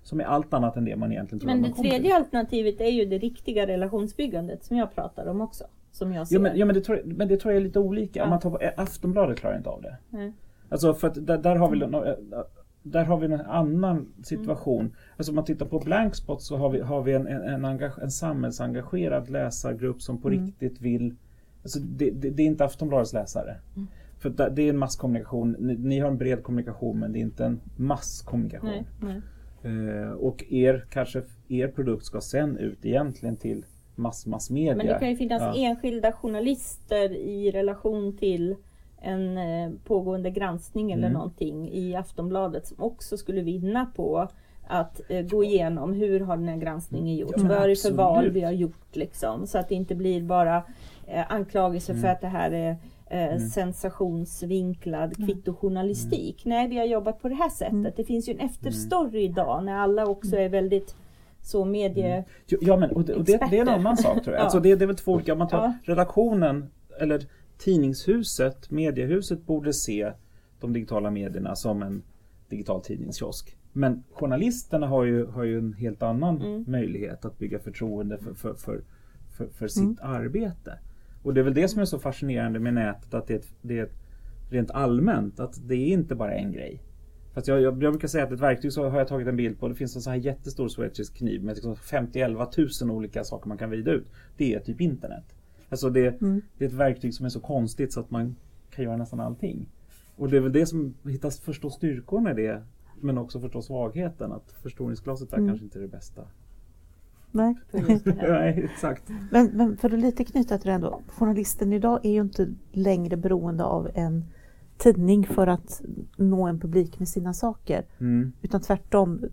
som är allt annat än det man egentligen tror. Men att det man tredje alternativet är ju det riktiga relationsbyggandet som jag pratar om också. Som jag ser. Ja, men, ja, men, det tror jag, men det tror jag är lite olika. Ja. Om man tar på Aftonbladet klarar inte av det. Nej. Alltså för att där, där har vi där har vi en annan situation. Mm. Alltså om man tittar på Blankspot så har vi, har vi en, en, en, engage, en samhällsengagerad läsargrupp som på mm. riktigt vill. Alltså det, det, det är inte Aftonbladets läsare. Mm. För det är en masskommunikation. Ni, ni har en bred kommunikation men det är inte en masskommunikation. Nej, nej. Uh, och er, kanske, er produkt ska sen ut egentligen till mass, massmedia. Men det kan ju finnas ja. enskilda journalister i relation till en eh, pågående granskning eller mm. någonting i Aftonbladet som också skulle vinna på att eh, gå igenom hur har den här granskningen gjorts. Ja, vad är det för val vi har gjort liksom. Så att det inte blir bara eh, anklagelser mm. för att det här är eh, mm. sensationsvinklad mm. kvittojournalistik. Mm. Nej, vi har jobbat på det här sättet. Mm. Det finns ju en efterstory mm. idag när alla också är väldigt så medie... Mm. Ja, men och det, och det, det är en annan sak tror jag. ja. Alltså det, det är väl två olika. Man tar ja. redaktionen eller tidningshuset, mediehuset borde se de digitala medierna som en digital tidningskiosk. Men journalisterna har ju, har ju en helt annan mm. möjlighet att bygga förtroende för, för, för, för, för sitt mm. arbete. Och det är väl det som är så fascinerande med nätet, att det är, ett, det är ett, rent allmänt, att det är inte bara en grej. Fast jag, jag, jag brukar säga att ett verktyg så har jag tagit en bild på, det finns en sån här jättestor schweizisk kniv med liksom femtio till elva tusen olika saker man kan vrida ut. Det är typ internet. Alltså det, mm. det är ett verktyg som är så konstigt så att man kan göra nästan allting. Och det är väl det som hittas förstå styrkor med det, men också förstå svagheten, att förstoringsglaset där mm. kanske inte är det bästa. Nej, Nej exakt. Men, men för att lite knyta till det ändå, journalisten idag är ju inte längre beroende av en tidning för att nå en publik med sina saker. Mm. Utan tvärtom,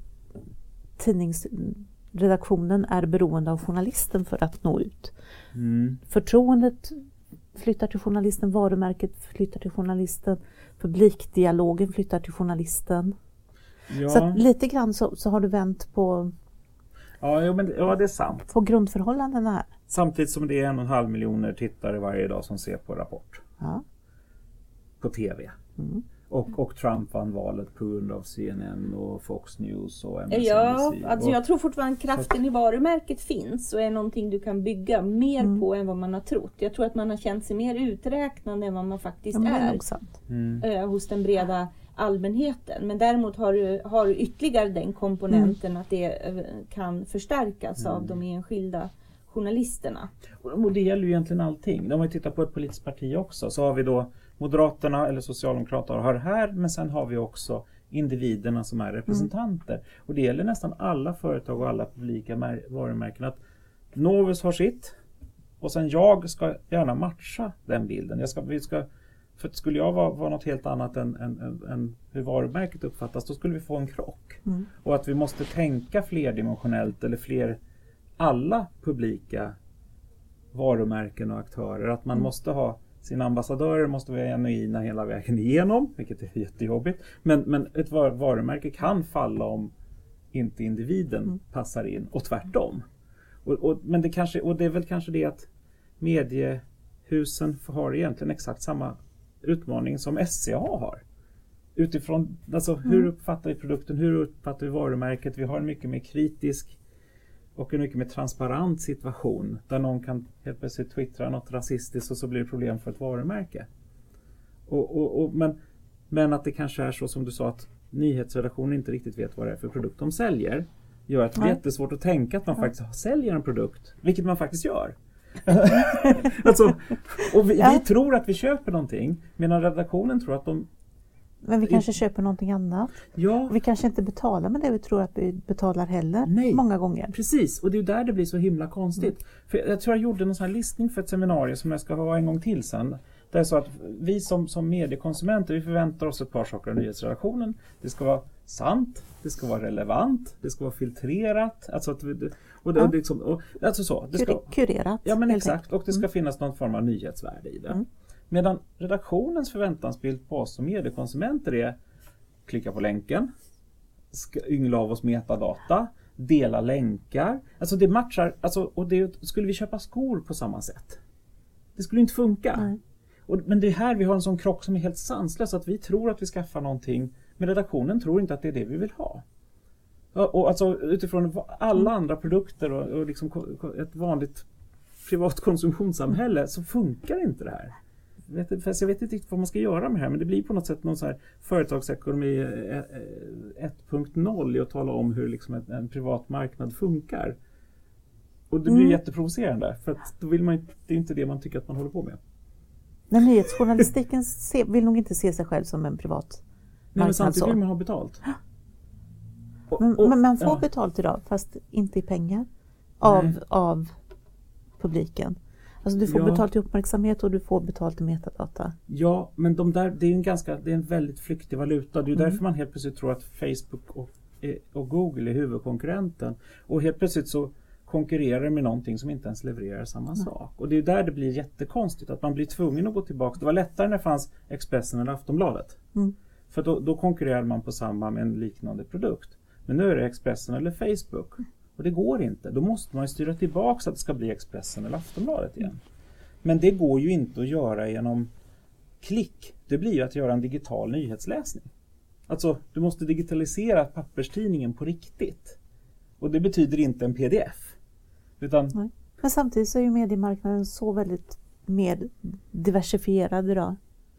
tidningsredaktionen är beroende av journalisten för att nå ut. Mm. Förtroendet flyttar till journalisten, varumärket flyttar till journalisten, publikdialogen flyttar till journalisten. Ja. Så att lite grann så, så har du vänt på, ja, jo, men, ja, det är sant. på grundförhållandena här. Samtidigt som det är en och en halv miljoner tittare varje dag som ser på Rapport. Ja. På tv. Mm. Och, och Trump vann valet på grund av C N N och Fox News och M S N B C. Ja, alltså och, jag tror fortfarande kraften i varumärket finns och är någonting du kan bygga mer mm. på än vad man har trott. Jag tror att man har känt sig mer uträknande än vad man faktiskt ja, är, är mm. äh, hos den breda allmänheten. Men däremot har du, har du ytterligare den komponenten mm. att det äh, kan förstärkas mm. av de enskilda journalisterna. Och det gäller ju egentligen allting. Om vi tittar på ett politiskt parti också så har vi då Moderaterna eller Socialdemokraterna har det här, men sen har vi också individerna som är representanter. Mm. Och det gäller nästan alla företag och alla publika varumärken att Novus har sitt och sen jag ska gärna matcha den bilden. Jag ska, vi ska, för skulle jag vara, vara något helt annat än, än, än, än hur varumärket uppfattas, då skulle vi få en krock. Mm. Och att vi måste tänka flerdimensionellt eller fler, alla publika varumärken och aktörer. Att man mm. måste ha sina ambassadörer, måste vara genuina hela vägen igenom, vilket är jättejobbigt. Men, men ett var, varumärke kan falla om inte individen mm. passar in och tvärtom. Och, och, men det, kanske, och det är väl kanske det att mediehusen har egentligen exakt samma utmaning som S C A har. Utifrån, alltså mm. hur uppfattar vi produkten, hur uppfattar vi varumärket? Vi har en mycket mer kritisk och en mycket mer transparent situation där någon kan helt plötsligt twittra något rasistiskt och så blir det problem för ett varumärke. Och, och, och, men, men att det kanske är så som du sa att nyhetsredaktionen inte riktigt vet vad det är för produkt de säljer gör att det är ja. jättesvårt att tänka att man ja. faktiskt säljer en produkt, vilket man faktiskt gör. alltså, och vi, ja. vi tror att vi köper någonting medan redaktionen tror att de Men vi kanske köper någonting annat. Ja. Vi kanske inte betalar med det vi tror att vi betalar heller. Nej. Många gånger. Precis, och det är där det blir så himla konstigt. Mm. För jag tror jag gjorde någon sån här listning för ett seminarium som jag ska ha en gång till sen. Det är så att vi som, som mediekonsumenter, vi förväntar oss ett par saker av nyhetsredaktionen. Det ska vara sant, det ska vara relevant, det ska vara filtrerat. Alltså att, och det, ja. och liksom, och, alltså så. Det ska, Kurerat. Ja men exakt, och det ska mm. finnas någon form av nyhetsvärde i det. Mm. Medan redaktionens förväntansbild på oss som mediekonsumenter är klicka på länken, yngla av oss metadata, dela länkar. Alltså det matchar, alltså, och det skulle vi köpa skor på samma sätt. Det skulle inte funka. Nej. Och, men det är här vi har en sån krock som är helt sanslös att vi tror att vi skaffar någonting, men redaktionen tror inte att det är det vi vill ha. Och alltså utifrån alla andra produkter och, och liksom ett vanligt privat konsumtionssamhälle så funkar inte det här. Jag vet, fast jag vet inte riktigt vad man ska göra med det här, men det blir på något sätt någon så här företagsekonomi ett punkt noll i att tala om hur liksom en, en privat marknad funkar. Och det blir mm. jätteprovocerande, för att då vill man, det är inte det man tycker att man håller på med. Men nyhetsjournalistiken se, vill nog inte se sig själv som en privat marknad. Nej, men samtidigt vill man ha betalt. Och, men, och, men man får ja. betalt idag, fast inte i pengar av, av publiken. Alltså du får ja. betalt i uppmärksamhet och du får betalt i metadata. Ja, men de där, det är en ganska, det är en väldigt flyktig valuta. Det är mm. därför man helt plötsligt tror att Facebook och, och Google är huvudkonkurrenten. Och helt plötsligt så konkurrerar med någonting som inte ens levererar samma mm. sak. Och det är där det blir jättekonstigt, att man blir tvungen att gå tillbaka. Det var lättare när det fanns Expressen eller Aftonbladet. Mm. För då, då konkurrerar man på samma med en liknande produkt. Men nu är det Expressen eller Facebook. Och det går inte. Då måste man ju styra tillbaka så att det ska bli Expressen eller Aftonbladet igen. Men det går ju inte att göra genom klick. Det blir ju att göra en digital nyhetsläsning. Alltså, du måste digitalisera papperstidningen på riktigt. Och det betyder inte en P D F. Utan... Nej. Men samtidigt så är ju mediemarknaden så väldigt mer diversifierad idag.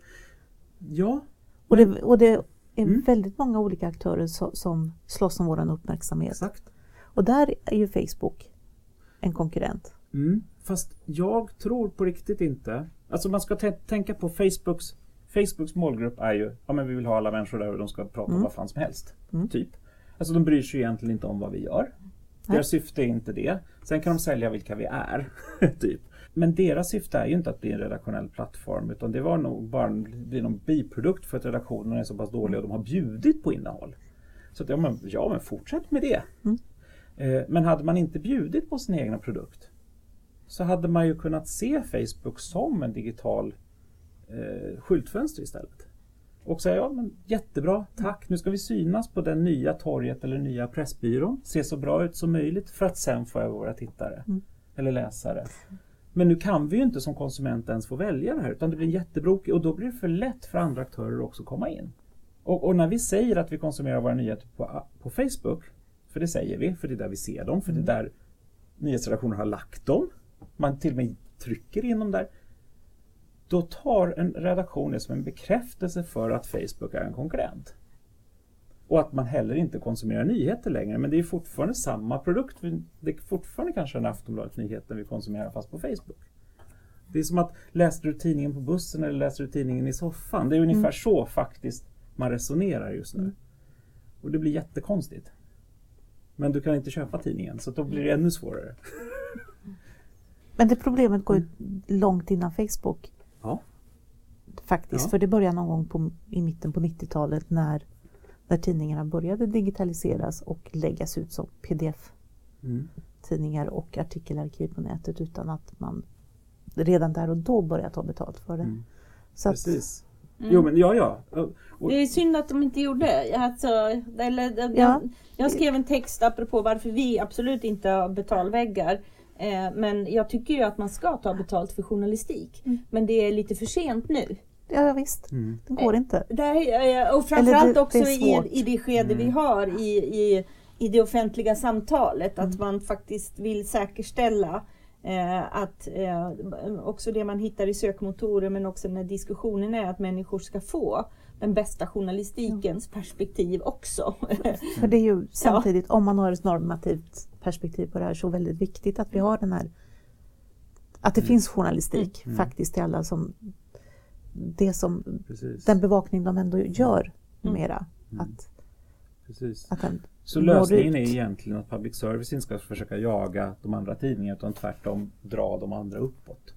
Ja. Och det, och det är mm. väldigt många olika aktörer so, som slåss om vår uppmärksamhet. Exakt. Och där är ju Facebook en konkurrent. Mm. Fast jag tror på riktigt inte. Alltså man ska t- tänka på Facebooks Facebooks målgrupp är ju, ja men vi vill ha alla människor där och de ska prata mm. om vad fan som helst. Mm. Typ. Alltså de bryr sig egentligen inte om vad vi gör. Nej. Deras syfte är inte det. Sen kan de sälja vilka vi är. Typ. Men deras syfte är ju inte att bli en redaktionell plattform, utan det var nog bara bli någon biprodukt för att redaktionerna är så pass dåliga och de har bjudit på innehåll. Så att, ja, men, ja men fortsätt med det. Mm. Eh, men hade man inte bjudit på sin egna produkt så hade man ju kunnat se Facebook som en digital eh, skyltfönster istället. Och säga, ja men jättebra, tack, nu ska vi synas på den nya torget eller nya pressbyrån, se så bra ut som möjligt för att sen få över våra tittare mm. eller läsare. Men nu kan vi ju inte som konsument ens få välja det här, utan det blir jättebrokigt och då blir det för lätt för andra aktörer också att komma in. Och, och när vi säger att vi konsumerar våra nyheter på, på Facebook, för det säger vi, för det är där vi ser dem, för mm. det är där nyhetsredaktioner har lagt dem, man till och med trycker in dem där, då tar en redaktion det som en bekräftelse för att Facebook är en konkurrent. Och att man heller inte konsumerar nyheter längre, men det är fortfarande samma produkt. Det är fortfarande kanske en Aftonbladet-nyheten vi konsumerar fast på Facebook. Det är som att läser du tidningen på bussen eller läser du tidningen i soffan. Det är ungefär mm. så faktiskt man resonerar just nu. Mm. Och det blir jättekonstigt. Men du kan inte köpa tidningen, så då blir det ännu svårare. Men det problemet går ju mm. långt innan Facebook. Ja. Faktiskt, ja. för det började någon gång på, i mitten på nittiotalet när, när tidningarna började digitaliseras och läggas ut som P D F-tidningar mm. och artikelarkiv på nätet utan att man redan där och då började ta betalt för det. Mm. Så Precis. Att, mm. Jo, men ja, ja. Och, det är synd att de inte gjorde det. Alltså, eller, ja. jag, jag skrev en text apropå varför vi absolut inte har betalväggar. Men jag tycker ju att man ska ta betalt för journalistik. Mm. Men det är lite för sent nu. Ja visst, mm. det går inte. Det, och framförallt det, också det i, i det skede mm. vi har i, i, i det offentliga samtalet. Mm. Att man faktiskt vill säkerställa eh, att eh, också det man hittar i sökmotorer, men också när diskussionen är att människor ska få den bästa journalistikens mm. perspektiv också. För det är ju samtidigt, ja. om man har ett normativt perspektiv på det här, så väldigt viktigt att vi har den här, att det mm. finns journalistik mm. faktiskt till alla som det som Precis. den bevakning de ändå gör mm. mera. Mm. Att, Precis. Att den så lösningen är egentligen att public service inte ska försöka jaga de andra tidningarna, utan tvärtom dra de andra uppåt.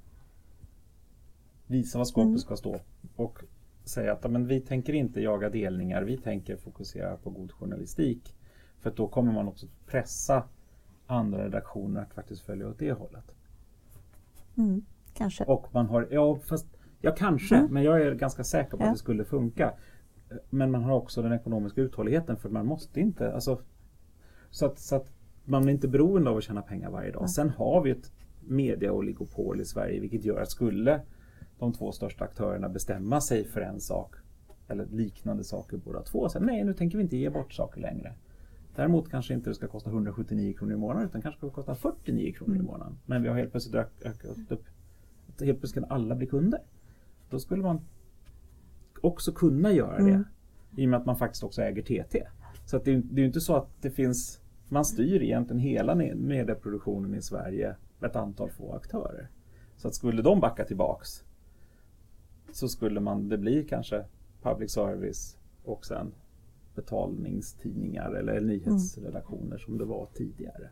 Visa vad skåpet mm. ska stå och säga att men vi tänker inte jaga delningar, vi tänker fokusera på god journalistik. För att då kommer man också pressa andra redaktioner att faktiskt följa åt det hållet. Mm, kanske. Och man har, ja fast, ja kanske, mm. men jag är ganska säker på ja. att det skulle funka. Men man har också den ekonomiska uthålligheten, för man måste inte, alltså, så att, så att man är inte beroende av att tjäna pengar varje dag. Ja. Sen har vi ett media-oligopol i Sverige, vilket gör att skulle de två största aktörerna bestämma sig för en sak eller liknande saker båda två, så nej, nu tänker vi inte ge bort saker längre. Däremot kanske inte det ska kosta hundrasjuttionio kronor i månaden utan kanske ska kosta fyrtionio kronor Mm. i månaden. Men vi har helt plötsligt ök- ökat upp. Helt plötsligt kan alla bli kunder. Då skulle man också kunna göra det. Mm. I och med att man faktiskt också äger T T. Så att det, det är ju inte så att det finns, man styr egentligen hela medieproduktionen i Sverige med ett antal få aktörer. Så att skulle de backa tillbaks så skulle man, det bli kanske public service och sen betalningstidningar eller nyhetsredaktioner mm. som det var tidigare.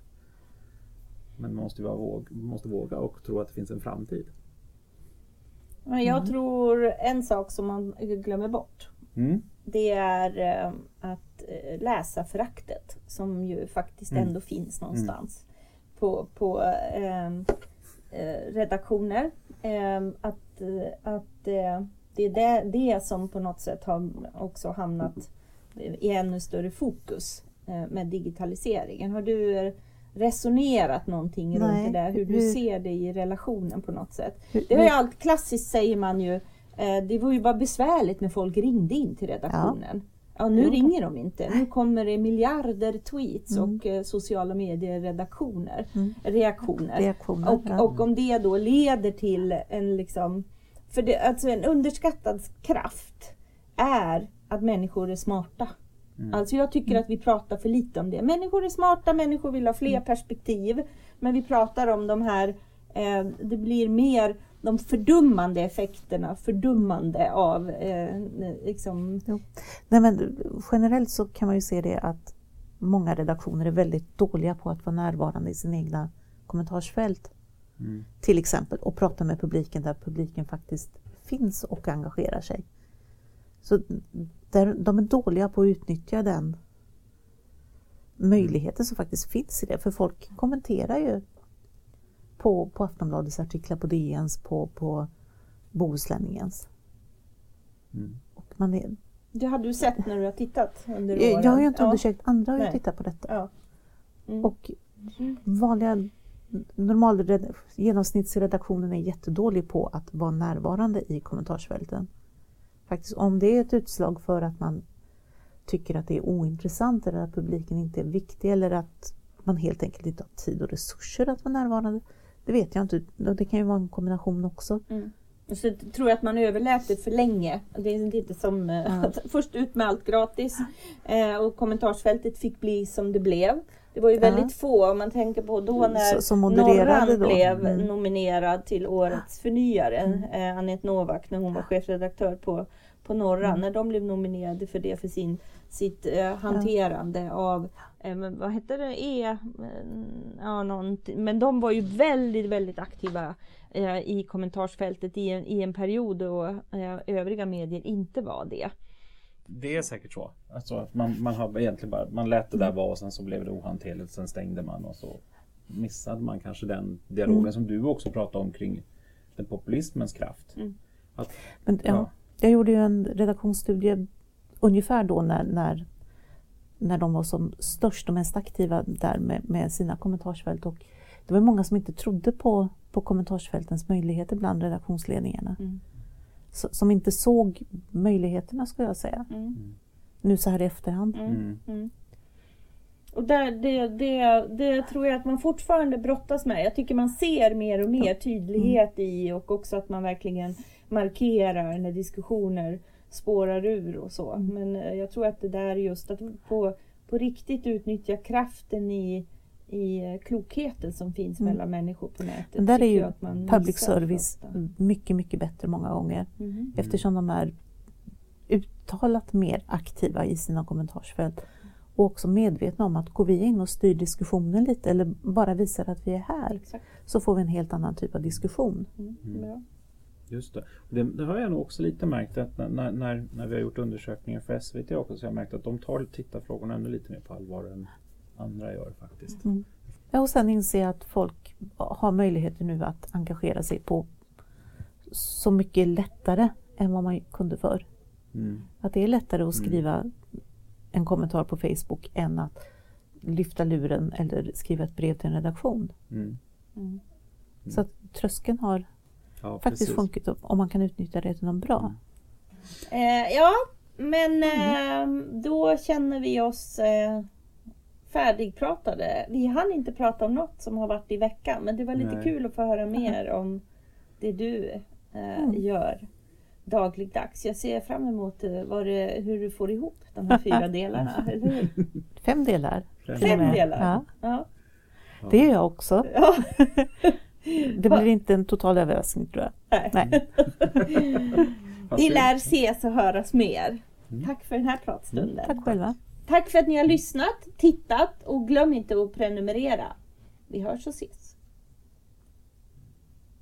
Men man måste, vara våg, måste våga och tro att det finns en framtid. Men jag mm. tror en sak som man glömmer bort. Mm. Det är eh, att eh, läsa föraktet som ju faktiskt mm. ändå finns någonstans mm. på, på eh, eh, redaktioner. Eh, att att eh, det är det, det som på något sätt har också hamnat i ännu större fokus eh, med digitaliseringen. Har du resonerat någonting Nej. runt det där? Hur du hur? ser det i relationen på något sätt? Hur? Det är ju allt klassiskt säger man ju. Eh, det var ju bara besvärligt när folk ringde in till redaktionen. Ja, ja nu jo. ringer de inte. Nu kommer det miljarder tweets mm. och eh, sociala medier-redaktioner. Mm. Reaktioner. Reaktioner och, ja. och om det då leder till en liksom... För det, alltså en underskattad kraft är att människor är smarta. Mm. Alltså jag tycker att vi pratar för lite om det. Människor är smarta, människor vill ha fler mm. perspektiv. Men vi pratar om de här, eh, det blir mer de fördummande effekterna, fördummande av eh, liksom... Jo. Nej, men generellt så kan man ju se det att många redaktioner är väldigt dåliga på att vara närvarande i sin egna kommentarsfält. Mm. Till exempel, och prata med publiken där publiken faktiskt finns och engagerar sig. Så där, de är dåliga på att utnyttja den möjligheten som faktiskt finns i det. För folk kommenterar ju på, på Aftonbladets artiklar, på D N:s, på, på Bohuslänningens. Mm. Och man är, det hade du sett när du har tittat under åren? Jag har ju inte ja. undersökt, andra har ju Nej. tittat på detta. Ja. Mm. Och vanliga normal genomsnittsredaktionen är jättedålig på att vara närvarande i kommentarsfälten. Faktiskt om det är ett utslag för att man tycker att det är ointressant eller att publiken inte är viktig eller att man helt enkelt inte har tid och resurser att vara närvarande, det vet jag inte. Det kan ju vara en kombination också. Mm. Så jag tror att man överlät det för länge. Det är inte som ja. att först ut med allt gratis och kommentarsfältet fick bli som det blev. Det var ju väldigt ja. få, om man tänker på då när Norran då. blev mm. nominerad till årets förnyare, mm. eh, Anette Novak, när hon var chefredaktör på, på Norran, mm. när de blev nominerade för det, för sin, sitt eh, hanterande ja. av, eh, vad heter det, E, ja, någonting. Men de var ju väldigt, väldigt aktiva eh, i kommentarsfältet i en, i en period då eh, övriga medier inte var det. Det är säkert så. Alltså att man, man har egentligen bara, man lät det där vara och sen så blev det ohanterligt, sen stängde man och så missade man kanske den dialogen mm. som du också pratade om kring den populismens kraft. Mm. Att, Men, ja, ja. Jag gjorde ju en redaktionsstudie ungefär då när, när, när de var som störst och mest aktiva där med, med sina kommentarsfält, och det var många som inte trodde på, på kommentarsfältens möjligheter bland redaktionsledningarna. Mm. Som inte såg möjligheterna, skulle jag säga. Mm. Nu så här i efterhand. Mm. Mm. Och där, det, det, det tror jag att man fortfarande brottas med. Jag tycker man ser mer och mer tydlighet mm. i, och också att man verkligen markerar när diskussioner spårar ur och så. Men jag tror att det där just att på, på riktigt utnyttja kraften i i klokheten som finns mm. mellan människor på nätet. Men där är ju att man public service mycket, mycket bättre många gånger. Mm. Eftersom de är uttalat mer aktiva i sina kommentarsfält. Och också medvetna om att går vi in och styr diskussionen lite eller bara visar att vi är här, Exakt. så får vi en helt annan typ av diskussion. Mm. Mm. Ja. Just det. Det. Det har jag nog också lite märkt att när, när, när vi har gjort undersökningar för S V T också, så har jag märkt att de tar tittarfrågorna ännu lite mer på allvar än andra gör faktiskt. Mm. Ja, och sen inse att folk har möjligheter nu att engagera sig på så mycket lättare än vad man kunde förr. Mm. Att det är lättare att skriva mm. en kommentar på Facebook än att lyfta luren eller skriva ett brev till en redaktion. Mm. Mm. Så att tröskeln har ja, faktiskt precis. sjunkit om man kan utnyttja det till något bra. Mm. Eh, ja, men eh, då känner vi oss eh, färdigpratade. Vi hann inte prata om något som har varit i veckan. Men det var lite Nej. kul att få höra mer om det du eh, Mm. gör dagligdags. Jag ser fram emot eh, vad det, hur du får ihop de här fyra delarna. Eller hur? Fem delar. Fem Fem med. delar. Ja, Ja. det är jag också. Ja. Det blir inte en total överraskning tror jag. Nej. Nej. Vi lär ses och höras mer. Tack för den här pratstunden. Tack själva. Tack för att ni har lyssnat, tittat och glöm inte att prenumerera. Vi hörs och ses.